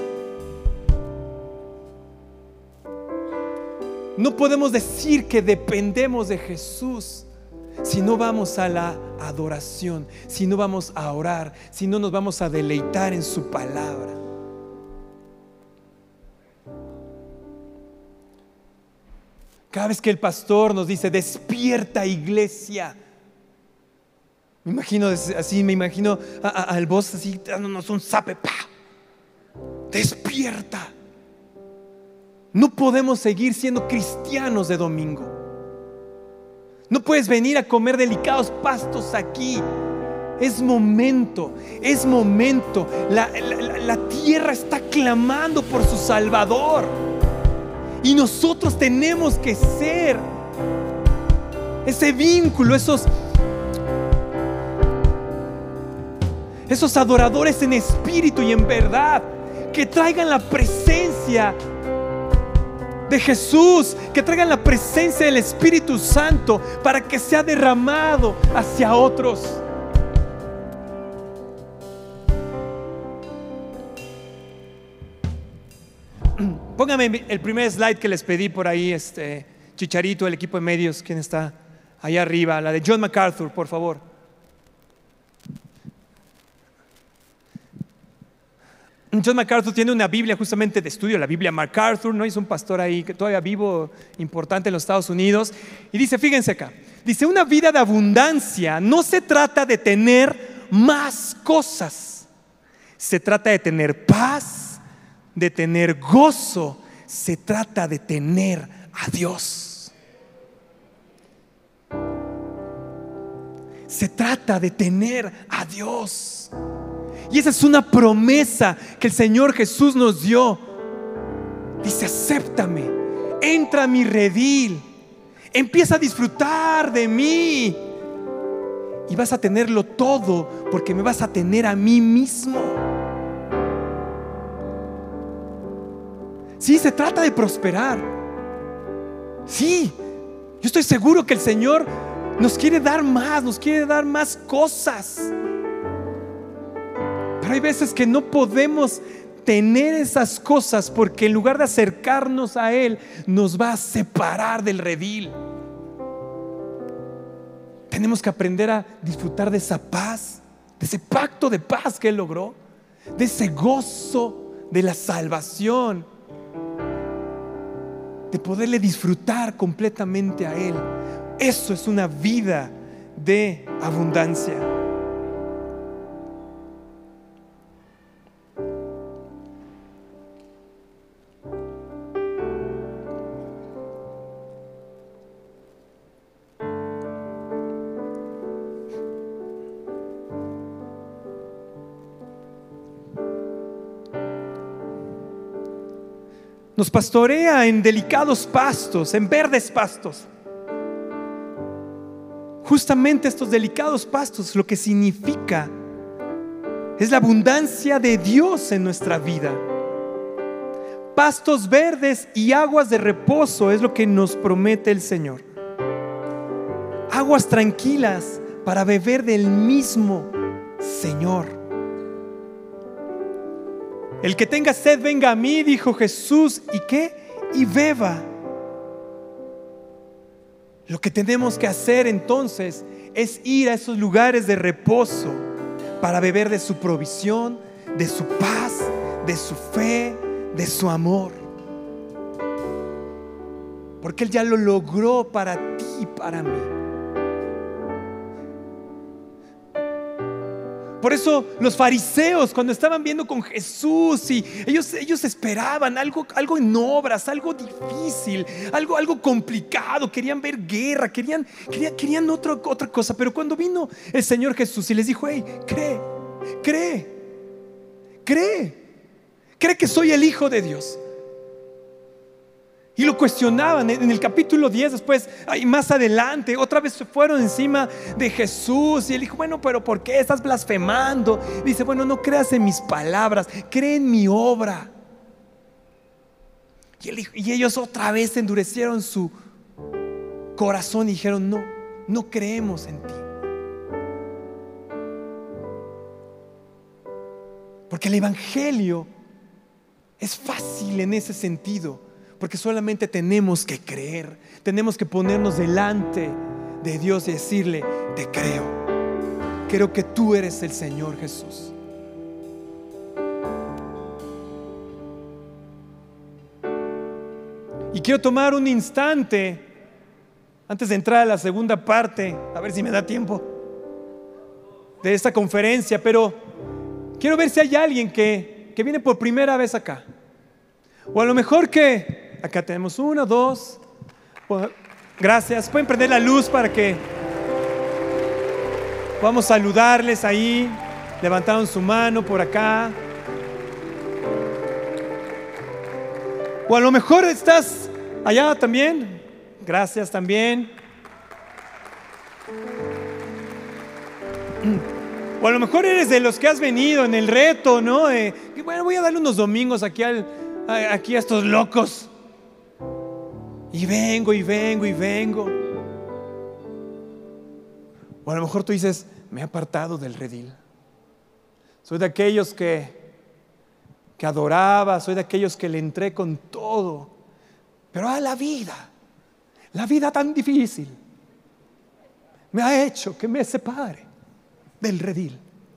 No podemos decir que dependemos de Jesús si no vamos a la adoración, si no vamos a orar, si no nos vamos a deleitar en su palabra. Cada vez que el pastor nos dice, despierta, iglesia, me imagino así, me imagino al voz así dándonos un zape, ¡pa! Despierta. No podemos seguir siendo cristianos de domingo. No puedes venir a comer delicados pastos aquí. Es momento, es momento. La, la, la tierra está clamando por su Salvador. Y nosotros tenemos que ser ese vínculo, esos, esos adoradores en espíritu y en verdad, que traigan la presencia de Jesús, que traigan la presencia del Espíritu Santo para que sea derramado hacia otros. Póngame el primer slide que les pedí por ahí, este Chicharito, el equipo de medios, ¿quién está allá arriba? La de John MacArthur, por favor. John MacArthur tiene una Biblia justamente de estudio, la Biblia MacArthur, ¿no? Es un pastor ahí que todavía vivo, importante en los Estados Unidos. Y dice, fíjense acá, dice, una vida de abundancia no se trata de tener más cosas. Se trata de tener paz, de tener gozo, se trata de tener a Dios. Se trata de tener a Dios. Y esa es una promesa que el Señor Jesús nos dio. Dice, acéptame, entra a mi redil, empieza a disfrutar de mí y vas a tenerlo todo, porque me vas a tener a mí mismo. Sí, se trata de prosperar. Sí, yo estoy seguro que el Señor nos quiere dar más, nos quiere dar más cosas. Pero hay veces que no podemos tener esas cosas porque en lugar de acercarnos a Él, nos va a separar del redil. Tenemos que aprender a disfrutar de esa paz, de ese pacto de paz que Él logró, de ese gozo de la salvación, de poderle disfrutar completamente a Él. Eso es una vida de abundancia. Nos pastorea en delicados pastos, en verdes pastos. Justamente estos delicados pastos, lo que significa es la abundancia de Dios en nuestra vida. Pastos verdes y aguas de reposo es lo que nos promete el Señor. Aguas tranquilas para beber del mismo Señor. El que tenga sed, venga a mí, dijo Jesús, ¿y qué? Y beba. Lo que tenemos que hacer entonces es ir a esos lugares de reposo para beber de su provisión, de su paz, de su fe, de su amor. Porque Él ya lo logró para ti y para mí. Por eso los fariseos, cuando estaban viendo con Jesús, y ellos, ellos esperaban algo, algo en obras, algo difícil, algo, algo complicado, querían ver guerra, querían, querían, querían otro, otra cosa. Pero cuando vino el Señor Jesús y les dijo: hey, cree, cree, cree, cree que soy el Hijo de Dios. Y lo cuestionaban en el capítulo diez, después, ahí más adelante, otra vez se fueron encima de Jesús. Y él dijo: bueno, pero ¿por qué estás blasfemando? Dice: bueno, no creas en mis palabras, cree en mi obra. Y, él dijo, y ellos otra vez endurecieron su corazón y dijeron: no, no creemos en ti. Porque el evangelio es fácil en ese sentido. Porque solamente tenemos que creer, tenemos que ponernos delante de Dios y decirle: te creo, creo que tú eres el Señor Jesús. Y quiero tomar un instante antes de entrar a la segunda parte, a ver si me da tiempo, de esta conferencia. Pero quiero ver si hay alguien que, que viene por primera vez acá. O a lo mejor que acá tenemos uno, dos. Gracias. Pueden prender la luz para que podamos saludarles ahí. Levantaron su mano por acá. O a lo mejor estás allá también. Gracias también. O a lo mejor eres de los que has venido en el reto, ¿no? Eh, bueno, voy a darle unos domingos aquí, al, a, aquí a estos locos. Y vengo, y vengo, y vengo. O a lo mejor tú dices: me he apartado del redil. Soy de aquellos que, que adoraba, soy de aquellos que le entré con todo. Pero a la vida, la vida tan difícil, me ha hecho que me separe del redil.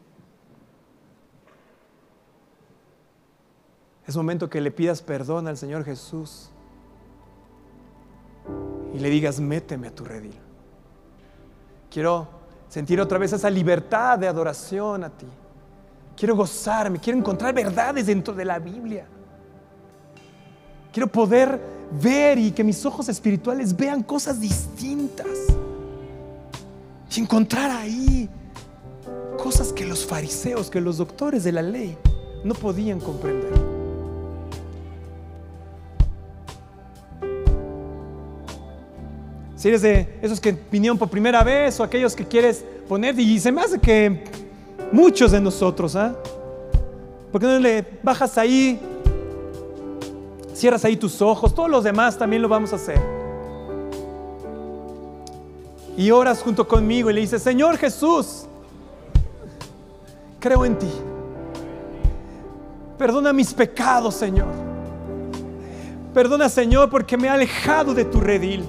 Es momento que le pidas perdón al Señor Jesús y le digas: méteme a tu redil. Quiero sentir otra vez esa libertad de adoración a ti. Quiero gozarme, quiero encontrar verdades dentro de la Biblia. Quiero poder ver y que mis ojos espirituales vean cosas distintas y encontrar ahí cosas que los fariseos, que los doctores de la ley no podían comprender. Si eres de esos que vinieron por primera vez, o aquellos que quieres poner, y se me hace que muchos de nosotros, ¿eh? ¿Por qué no le bajas ahí, cierras ahí tus ojos? Todos los demás también lo vamos a hacer. Y oras junto conmigo y le dices: Señor Jesús, creo en ti. Perdona mis pecados, Señor. Perdona, Señor, porque me he alejado de tu redil.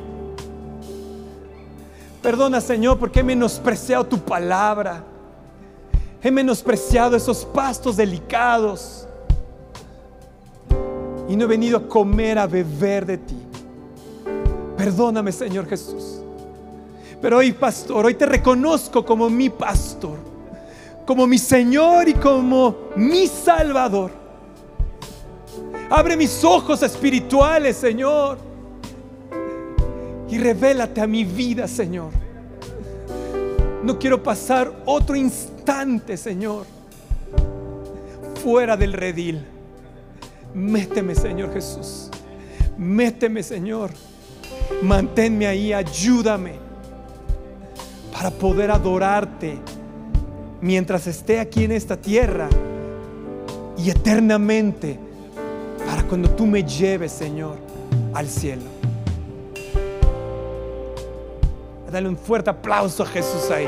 Perdona, Señor, porque he menospreciado tu palabra. He menospreciado esos pastos delicados y no he venido a comer, a beber de ti. Perdóname, Señor Jesús. Pero hoy, pastor, hoy te reconozco como mi pastor, como mi Señor y como mi Salvador. Abre mis ojos espirituales, Señor, y revélate a mi vida, Señor. No quiero pasar otro instante, Señor, fuera del redil. Méteme, Señor Jesús. Méteme, Señor. Manténme ahí, ayúdame para poder adorarte mientras esté aquí en esta tierra y eternamente, para cuando tú me lleves, Señor, al cielo. Dale un fuerte aplauso a Jesús ahí.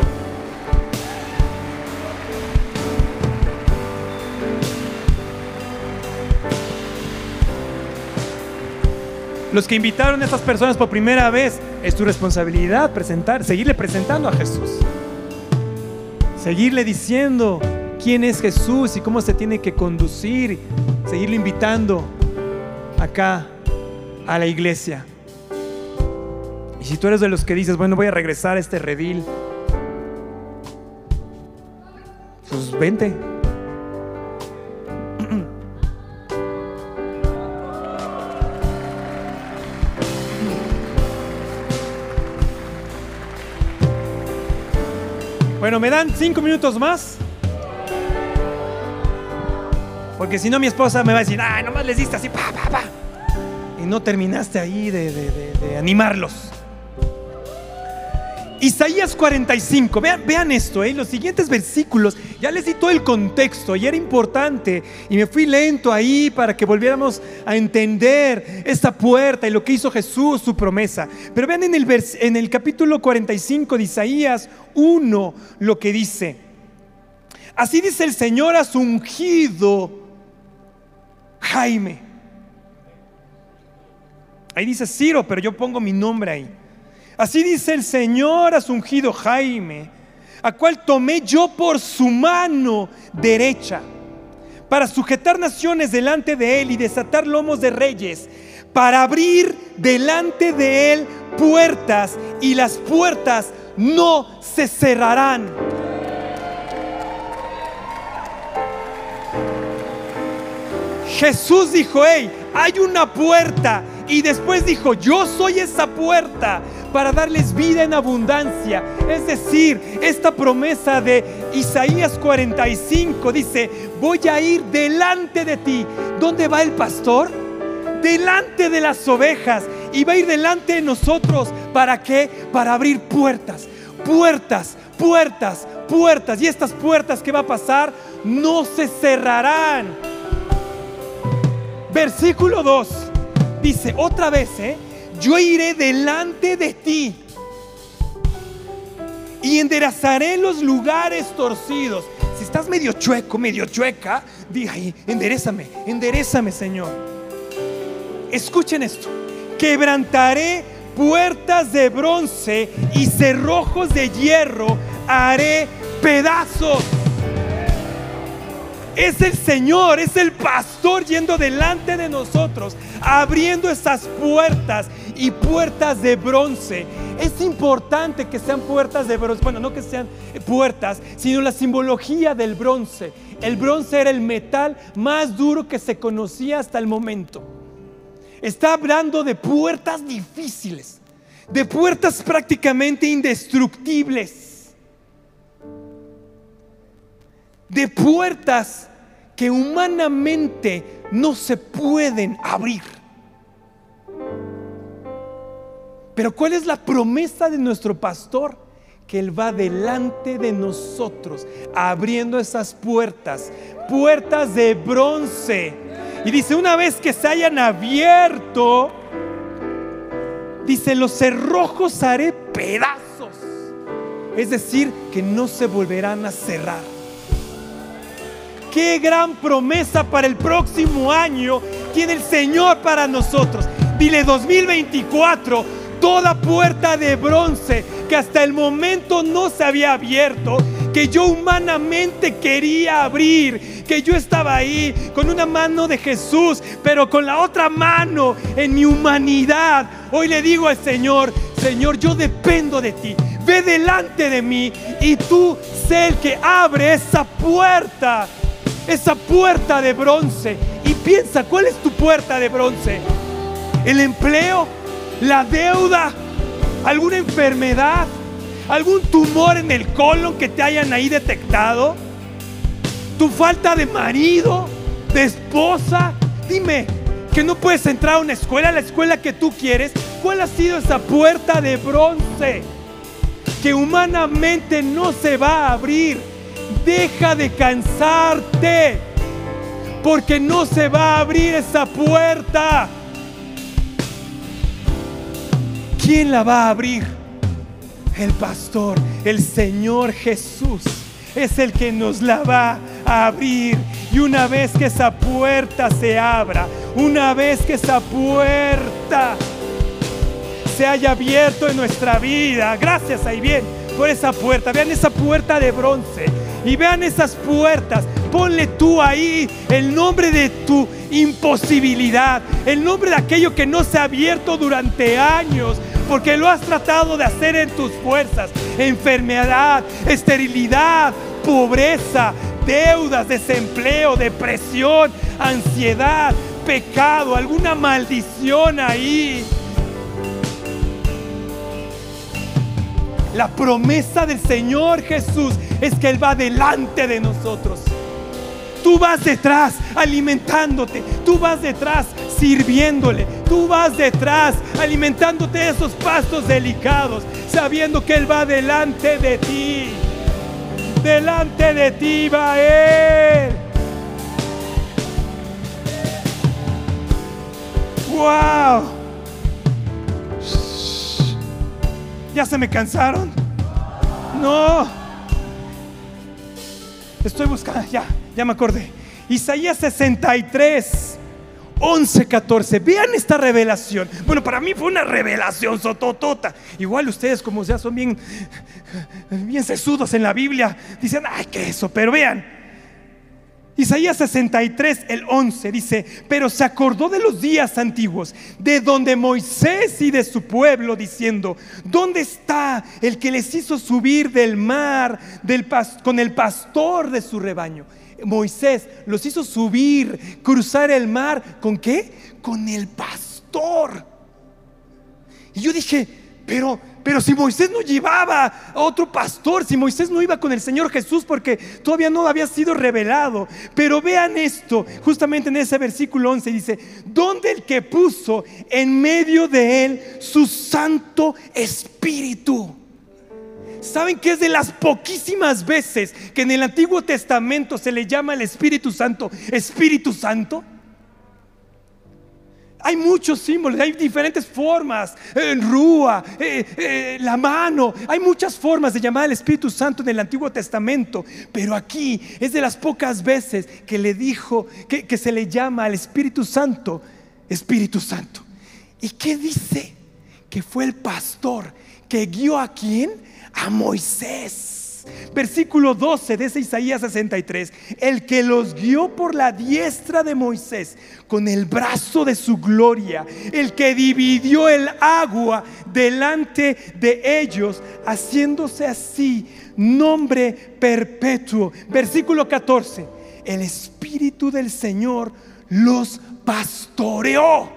Los que invitaron a estas personas por primera vez, es tu responsabilidad presentar, seguirle presentando a Jesús. Seguirle diciendo quién es Jesús y cómo se tiene que conducir. Seguirlo invitando acá a la iglesia. Y si tú eres de los que dices: bueno, voy a regresar a este redil, pues pues vente. Bueno, ¿me dan cinco minutos más? Porque si no mi esposa me va a decir, ah, nomás les diste así, pa, pa, pa. Y no terminaste ahí de, de, de, de animarlos. Isaías cuarenta y cinco, vean, vean esto, ¿eh? Los siguientes versículos, ya les di todo el contexto y era importante, y me fui lento ahí para que volviéramos a entender esta puerta y lo que hizo Jesús, su promesa. Pero vean en el, vers- en el capítulo cuarenta y cinco de Isaías uno lo que dice: así dice el Señor a su ungido Jaime. Ahí dice Ciro, pero yo pongo mi nombre ahí. Así dice el Señor a su ungido Jaime, a cual tomé yo por su mano derecha, para sujetar naciones delante de él y desatar lomos de reyes, para abrir delante de él puertas, y las puertas no se cerrarán. Jesús dijo, hey, hay una puerta, y después dijo, yo soy esa puerta para darles vida en abundancia. Es decir, esta promesa de Isaías cuarenta y cinco dice, voy a ir delante de ti. ¿Dónde va el pastor? Delante de las ovejas, y va a ir delante de nosotros. ¿Para qué? Para abrir puertas, puertas, puertas, puertas. Y estas puertas, ¿qué va a pasar? No se cerrarán. Versículo dos dice otra vez, ¿eh? Yo iré delante de ti y enderezaré los lugares torcidos. Si estás medio chueco, medio chueca, diga, enderezame, enderezame, Señor. Escuchen esto: quebrantaré puertas de bronce y cerrojos de hierro haré pedazos. Es el Señor, es el pastor yendo delante de nosotros, abriendo esas puertas, y puertas de bronce. Es importante que sean puertas de bronce. Bueno, no que sean puertas, sino la simbología del bronce. El bronce era el metal más duro que se conocía hasta el momento. Está hablando de puertas difíciles, de puertas prácticamente indestructibles, de puertas que humanamente no se pueden abrir. Pero ¿cuál es la promesa de nuestro pastor? Que Él va delante de nosotros, abriendo esas puertas, puertas de bronce. Y dice, una vez que se hayan abierto, dice, los cerrojos haré pedazos. Es decir, que no se volverán a cerrar. Qué gran promesa para el próximo año tiene el Señor para nosotros. Dile, dos mil veinticuatro, toda puerta de bronce que hasta el momento no se había abierto, que yo humanamente quería abrir, que yo estaba ahí con una mano de Jesús, pero con la otra mano en mi humanidad. Hoy le digo al Señor, Señor, yo dependo de ti, ve delante de mí y tú sé el que abre esa puerta, esa puerta de bronce. Y piensa, ¿cuál es tu puerta de bronce? ¿El empleo? ¿La deuda? ¿Alguna enfermedad? ¿Algún tumor en el colon que te hayan ahí detectado? ¿Tu falta de marido? ¿De esposa? Dime, que no puedes entrar a una escuela, a la escuela que tú quieres. ¿Cuál ha sido esa puerta de bronce que humanamente no se va a abrir? Deja de cansarte, porque no se va a abrir esa puerta. ¿Quién la va a abrir? El pastor, el Señor Jesús, es el que nos la va a abrir. Y una vez que esa puerta se abra, una vez que esa puerta se haya abierto en nuestra vida, gracias, ahí bien, por esa puerta. Vean esa puerta de bronce y vean esas puertas. Ponle tú ahí el nombre de tu imposibilidad, el nombre de aquello que no se ha abierto durante años, porque lo has tratado de hacer en tus fuerzas. Enfermedad, esterilidad, pobreza, deudas, desempleo, depresión, ansiedad, pecado, alguna maldición ahí. La promesa del Señor Jesús es que Él va delante de nosotros. Tú vas detrás alimentándote, tú vas detrás sirviéndole, tú vas detrás alimentándote de esos pastos delicados, sabiendo que Él va delante de ti. Delante de ti va Él. ¡Wow! ¿Ya se me cansaron? No. Estoy buscando, ya, ya me acordé. Isaías sesenta y tres, once, catorce. Vean esta revelación. Bueno, para mí fue una revelación sototota. Igual ustedes, como ya son bien, bien sesudos en la Biblia, dicen, ay, ¿qué es eso? Pero vean, Isaías sesenta y tres, el once, dice: pero se acordó de los días antiguos, de donde Moisés y de su pueblo, diciendo: ¿dónde está el que les hizo subir del mar del pas- con el pastor de su rebaño? Moisés los hizo subir, cruzar el mar, ¿con qué? Con el pastor. Y yo dije, pero, pero si Moisés no llevaba a otro pastor, si Moisés no iba con el Señor Jesús, porque todavía no había sido revelado. Pero vean esto, justamente en ese versículo once dice: ¿dónde el que puso en medio de él su Santo Espíritu? ¿Saben que es de las poquísimas veces que en el Antiguo Testamento se le llama al Espíritu Santo Espíritu Santo? Hay muchos símbolos, hay diferentes formas, eh, rúa, eh, eh, la mano. Hay muchas formas de llamar al Espíritu Santo en el Antiguo Testamento, pero aquí es de las pocas veces que le dijo que, que se le llama al Espíritu Santo Espíritu Santo. ¿Y qué dice? Que fue el pastor que guió a ¿quién? A Moisés. Versículo doce de ese Isaías sesenta y tres: el que los guió por la diestra de Moisés con el brazo de su gloria, el que dividió el agua delante de ellos, haciéndose así nombre perpetuo. Versículo catorce: el Espíritu del Señor los pastoreó.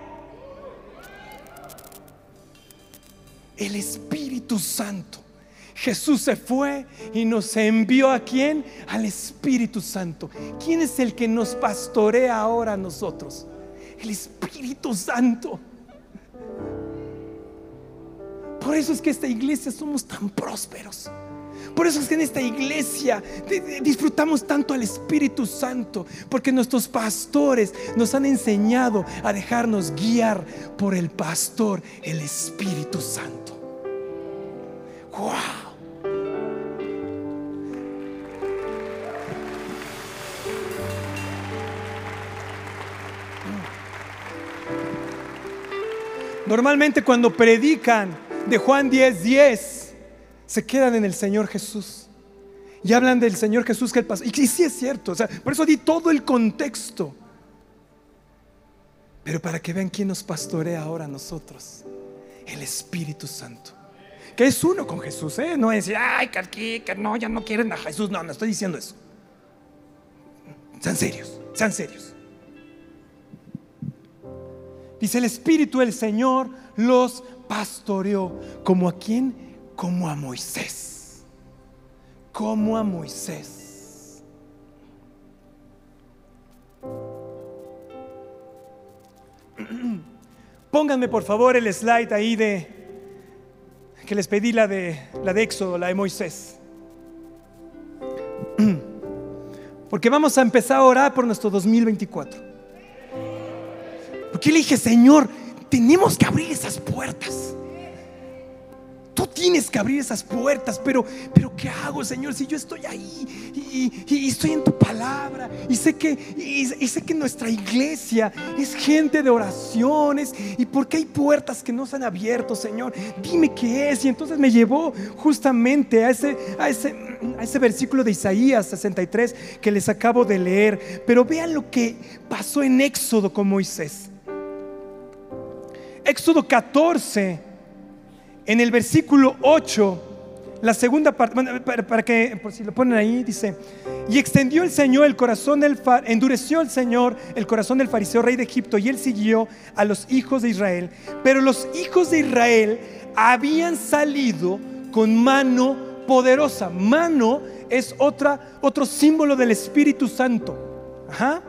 El Espíritu Santo. Jesús se fue y nos envió ¿a quién? Al Espíritu Santo. ¿Quién es el que nos pastorea ahora a nosotros? El Espíritu Santo. Por eso es que esta iglesia somos tan prósperos. Por eso es que en esta iglesia disfrutamos tanto al Espíritu Santo, porque nuestros pastores nos han enseñado a dejarnos guiar por el pastor, el Espíritu Santo. ¡Wow! Normalmente cuando predican de Juan diez diez, se quedan en el Señor Jesús y hablan del Señor Jesús que el pastor. Y sí es cierto, o sea, por eso di todo el contexto. Pero para que vean quién nos pastorea ahora a nosotros: el Espíritu Santo, que es uno con Jesús, ¿eh? No es decir, ay, que, que no, ya no quieren a Jesús. No, no estoy diciendo eso. Sean serios, sean serios. Dice: el Espíritu del Señor los pastoreó. ¿Como a quién? Como a Moisés. Como a Moisés. Pónganme por favor el slide ahí de que les pedí, la de, la de Éxodo, la de Moisés. Porque vamos a empezar a orar por nuestro dos mil veinticuatro. Porque le dije: Señor, tenemos que abrir esas puertas. Tú tienes que abrir esas puertas. Pero, pero ¿qué hago, Señor? Si yo estoy ahí y, y, y estoy en tu palabra, y sé que y, y sé que nuestra iglesia es gente de oraciones, y porque hay puertas que no se han abierto, Señor, dime qué es. Y entonces me llevó justamente a ese, a ese, a ese versículo de Isaías sesenta y tres que les acabo de leer. Pero vean lo que pasó en Éxodo con Moisés. Éxodo catorce, en el versículo ocho, la segunda parte, bueno, para, para que, por si lo ponen ahí, dice: y extendió el Señor el corazón del far, endureció el Señor el corazón del fariseo rey de Egipto, y él siguió a los hijos de Israel. Pero los hijos de Israel habían salido con mano poderosa. Mano es otra, otro símbolo del Espíritu Santo. Ajá.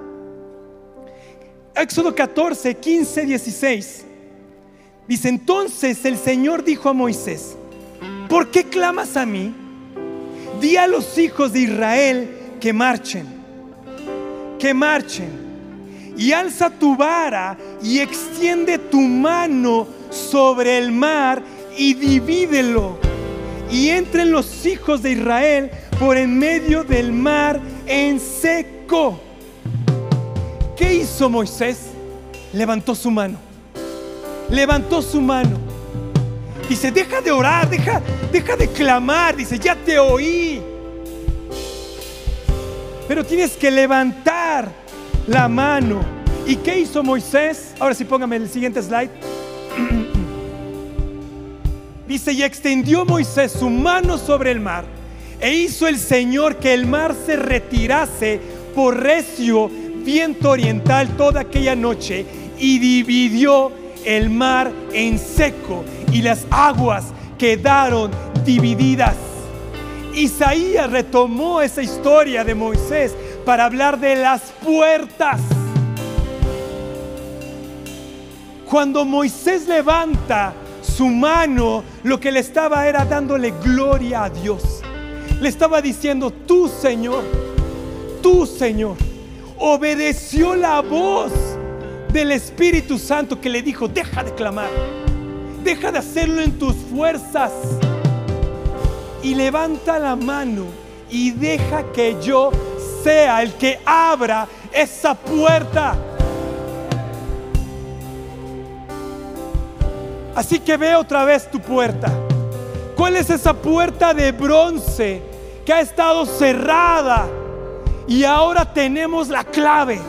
Éxodo catorce, quince, dieciséis. Dice: entonces el Señor dijo a Moisés: ¿por qué clamas a mí? Di a los hijos de Israel que marchen, que marchen, y alza tu vara y extiende tu mano sobre el mar y divídelo, y entren los hijos de Israel por en medio del mar en seco. ¿Qué hizo Moisés? Levantó su mano, levantó su mano. Dice: deja de orar, deja, deja de clamar. Dice: ya te oí. Pero tienes que levantar la mano. ¿Y qué hizo Moisés? Ahora sí, póngame el siguiente slide. Dice: y extendió Moisés su mano sobre el mar, e hizo el Señor que el mar se retirase por recio viento oriental toda aquella noche, y dividió el mar en seco, y las aguas quedaron divididas. Isaías retomó esa historia de Moisés para hablar de las puertas. Cuando Moisés levanta su mano, lo que le estaba era dándole gloria a Dios. Le estaba diciendo: tú, Señor, tú, Señor. Obedeció la voz del Espíritu Santo, que le dijo: deja de clamar, deja de hacerlo en tus fuerzas, y levanta la mano y deja que yo sea el que abra esa puerta. Así que ve otra vez tu puerta. ¿Cuál es esa puerta de bronce que ha estado cerrada y ahora tenemos la clave?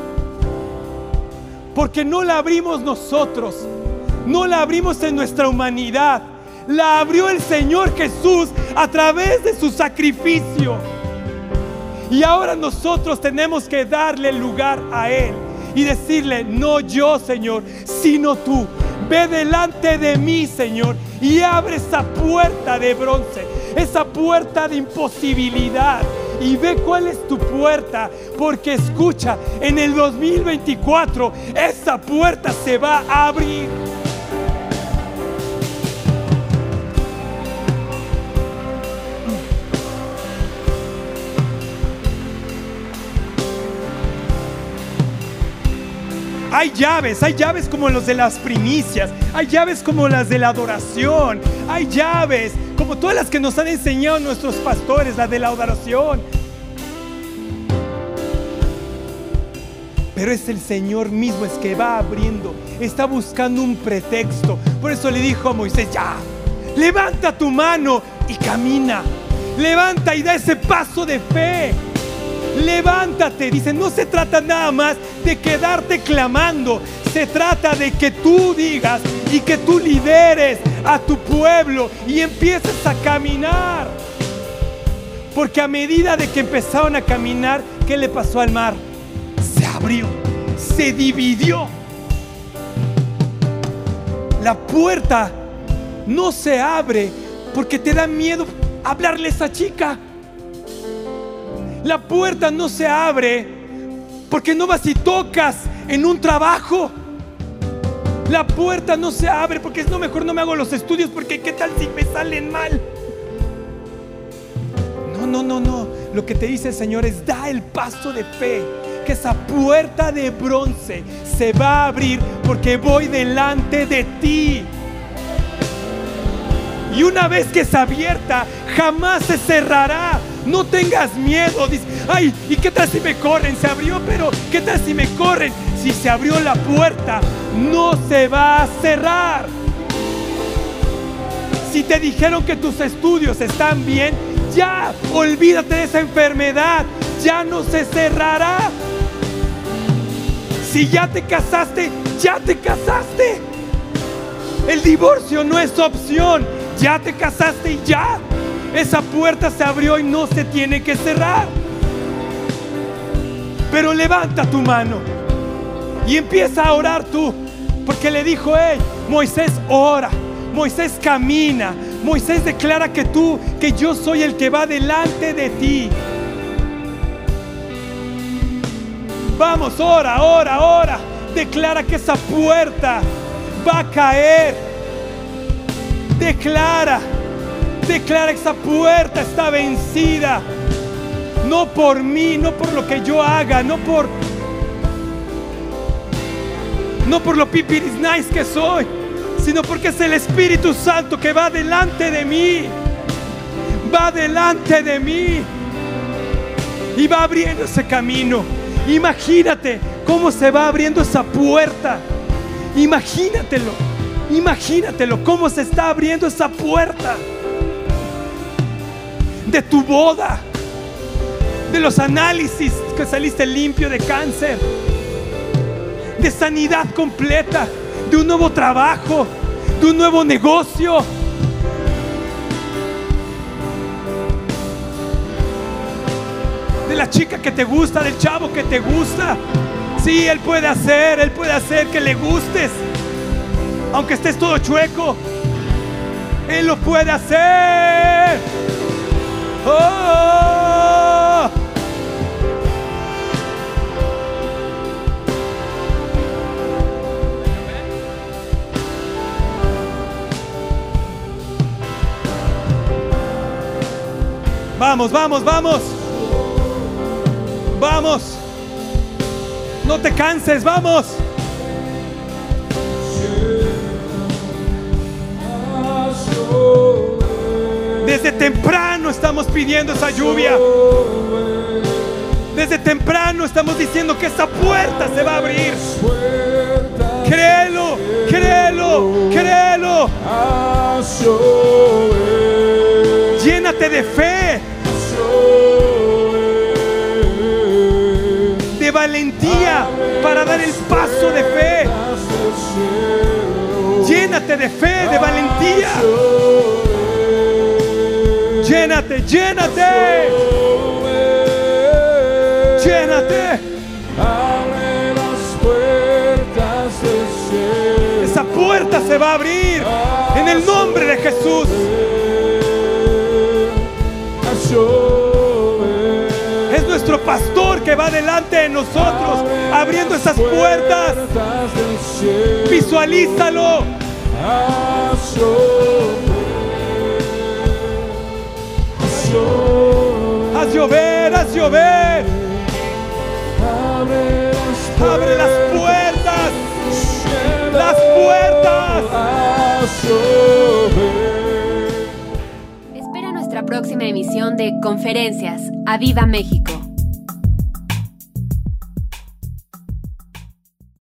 Porque no la abrimos nosotros, no la abrimos en nuestra humanidad, la abrió el Señor Jesús a través de su sacrificio. Y ahora nosotros tenemos que darle lugar a Él y decirle: no yo, Señor, sino tú. Ve delante de mí, Señor, y abre esa puerta de bronce, esa puerta de imposibilidad. Y ve cuál es tu puerta, porque escucha, en el dos mil veinticuatro esa puerta se va a abrir. Hay llaves, hay llaves como los de las primicias, hay llaves como las de la adoración, hay llaves como todas las que nos han enseñado nuestros pastores, la de la adoración. Pero es el Señor mismo es que va abriendo, está buscando un pretexto. Por eso le dijo a Moisés: ya, levanta tu mano y camina, levanta y da ese paso de fe. Levántate, dice, no se trata nada más de quedarte clamando, se trata de que tú digas y que tú lideres a tu pueblo y empieces a caminar. Porque a medida de que empezaron a caminar, ¿qué le pasó al mar? Se abrió, se dividió. La puerta no se abre porque te da miedo hablarle a esa chica. La puerta no se abre porque no vas y tocas en un trabajo. La puerta no se abre porque es: no, mejor no me hago los estudios porque qué tal si me salen mal. No, no, no, no. Lo que te dice el Señor es: da el paso de fe, que esa puerta de bronce se va a abrir porque voy delante de ti. Y una vez que es abierta, jamás se cerrará. No tengas miedo. Dice: ay, ¿y qué tal si me corren? Se abrió, pero ¿qué tal si me corren? Si se abrió la puerta, no se va a cerrar. Si te dijeron que tus estudios están bien, ya olvídate de esa enfermedad, ya no se cerrará. Si ya te casaste, ya te casaste. El divorcio no es opción, ya te casaste y ya. Esa puerta se abrió y no se tiene que cerrar. Pero levanta tu mano y empieza a orar tú, porque le dijo él, Moisés ora, Moisés camina, Moisés declara que tú, que yo soy el que va delante de ti. Vamos, ora, ora, ora. Declara que esa puerta va a caer. Declara, declara que esa puerta está vencida. No por mí, no por lo que yo haga, no por no por lo pipiris nice que soy, sino porque es el Espíritu Santo que va delante de mí. Va delante de mí y va abriendo ese camino. Imagínate cómo se va abriendo esa puerta. Imagínatelo, imagínatelo cómo se está abriendo esa puerta de tu boda, de los análisis que saliste limpio de cáncer, de sanidad completa, de un nuevo trabajo, de un nuevo negocio. De la chica que te gusta, del chavo que te gusta. Sí, Él puede hacer, Él puede hacer que le gustes, aunque estés todo chueco. Él lo puede hacer. Oh. Vamos, vamos, vamos. Vamos. No te canses, vamos. Desde temprano estamos pidiendo esa lluvia. Desde temprano estamos diciendo que esa puerta se va a abrir. Créelo, créelo, créelo. Llénate de fe, de valentía para dar el paso de fe. Llénate de fe, de valentía. Llénate, llénate. Llénate. Esa puerta se va a abrir en el nombre de Jesús. Es nuestro pastor que va delante de nosotros, abriendo esas puertas. Visualízalo. Haz llover, haz llover. Abre las puertas, las puertas. Espera nuestra próxima emisión de Conferencias. ¡A Viva México!